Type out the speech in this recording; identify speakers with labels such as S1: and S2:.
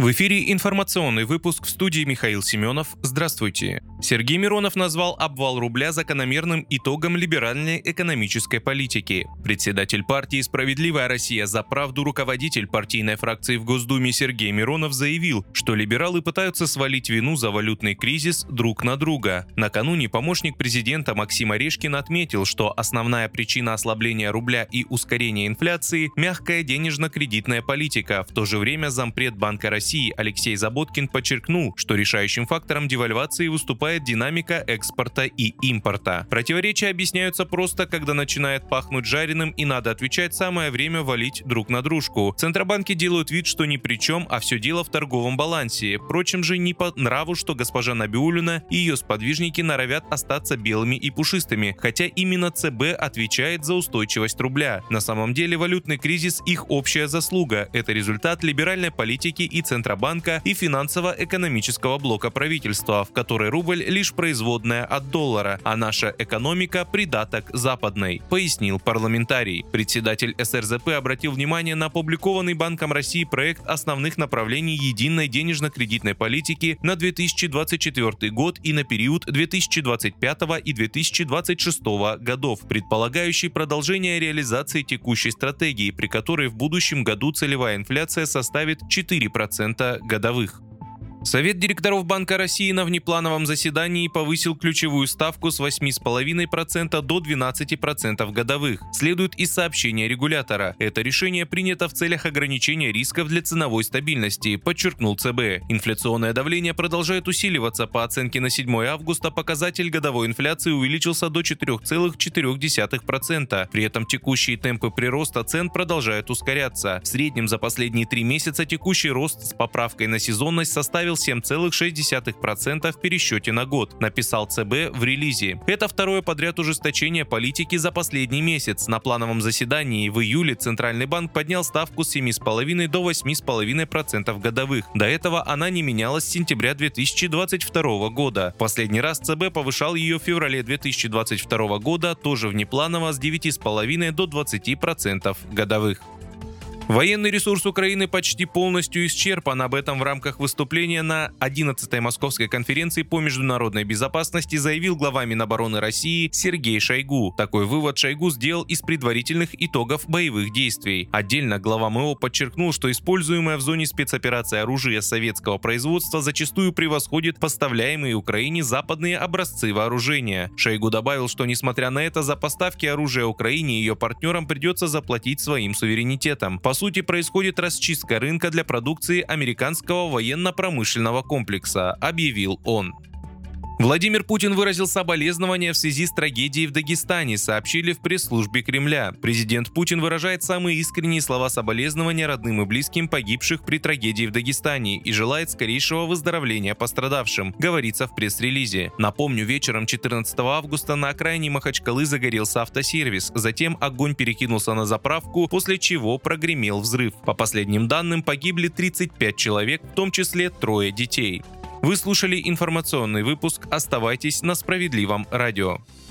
S1: В эфире информационный выпуск, в студии Михаил Семенов. Здравствуйте. Сергей Миронов назвал обвал рубля закономерным итогом либеральной экономической политики. Председатель партии «Справедливая Россия за правду», руководитель партийной фракции в Госдуме Сергей Миронов заявил, что либералы пытаются свалить вину за валютный кризис друг на друга. Накануне помощник президента Максим Орешкин отметил, что основная причина ослабления рубля и ускорения инфляции – мягкая денежно-кредитная политика. В то же время зампред Банка России Алексей Заботкин подчеркнул, что решающим фактором девальвации выступает динамика экспорта и импорта. Противоречия объясняются просто, когда начинает пахнуть жареным и надо отвечать, самое время валить друг на дружку. Центробанки делают вид, что ни при чем, а все дело в торговом балансе. Впрочем же не по нраву, что госпожа Набиуллина и ее сподвижники норовят остаться белыми и пушистыми, хотя именно ЦБ отвечает за устойчивость рубля. На самом деле валютный кризис – их общая заслуга. Это результат либеральной политики и Центробанка и финансово-экономического блока правительства, в которой рубль лишь производная от доллара, а наша экономика – придаток западной, пояснил парламентарий. Председатель СРЗП обратил внимание на опубликованный Банком России проект основных направлений единой денежно-кредитной политики на 2024 год и на период 2025 и 2026 годов, предполагающий продолжение реализации текущей стратегии, при которой в будущем году целевая инфляция составит 4% годовых. Совет директоров Банка России на внеплановом заседании повысил ключевую ставку с 8,5% до 12% годовых. Следует из сообщения регулятора. Это решение принято в целях ограничения рисков для ценовой стабильности, подчеркнул ЦБ. Инфляционное давление продолжает усиливаться. По оценке на 7 августа показатель годовой инфляции увеличился до 4,4%. При этом текущие темпы прироста цен продолжают ускоряться. В среднем за последние 3 месяца текущий рост с поправкой на сезонность составил 7,6% в пересчете на год, написал ЦБ в релизе. Это второе подряд ужесточение политики за последний месяц. На плановом заседании в июле Центральный банк поднял ставку с 7,5 до 8,5% годовых. До этого она не менялась с сентября 2022 года. Последний раз ЦБ повышал ее в феврале 2022 года, тоже внепланово, с 9,5 до 20% годовых. Военный ресурс Украины почти полностью исчерпан. Об этом в рамках выступления на 11-й Московской конференции по международной безопасности заявил глава Минобороны России Сергей Шойгу. Такой вывод Шойгу сделал из предварительных итогов боевых действий. Отдельно глава МО подчеркнул, что используемое в зоне спецоперации оружие советского производства зачастую превосходит поставляемые Украине западные образцы вооружения. Шойгу добавил, что несмотря на это, за поставки оружия Украине и ее партнерам придется заплатить своим суверенитетом. По сути, происходит расчистка рынка для продукции американского военно-промышленного комплекса, объявил он. Владимир Путин выразил соболезнования в связи с трагедией в Дагестане, сообщили в пресс-службе Кремля. Президент Путин выражает самые искренние слова соболезнования родным и близким погибших при трагедии в Дагестане и желает скорейшего выздоровления пострадавшим, говорится в пресс-релизе. Напомню, вечером 14 августа на окраине Махачкалы загорелся автосервис, затем огонь перекинулся на заправку, после чего прогремел взрыв. По последним данным, погибли 35 человек, в том числе 3 детей. Вы слушали информационный выпуск. Оставайтесь на Справедливом радио.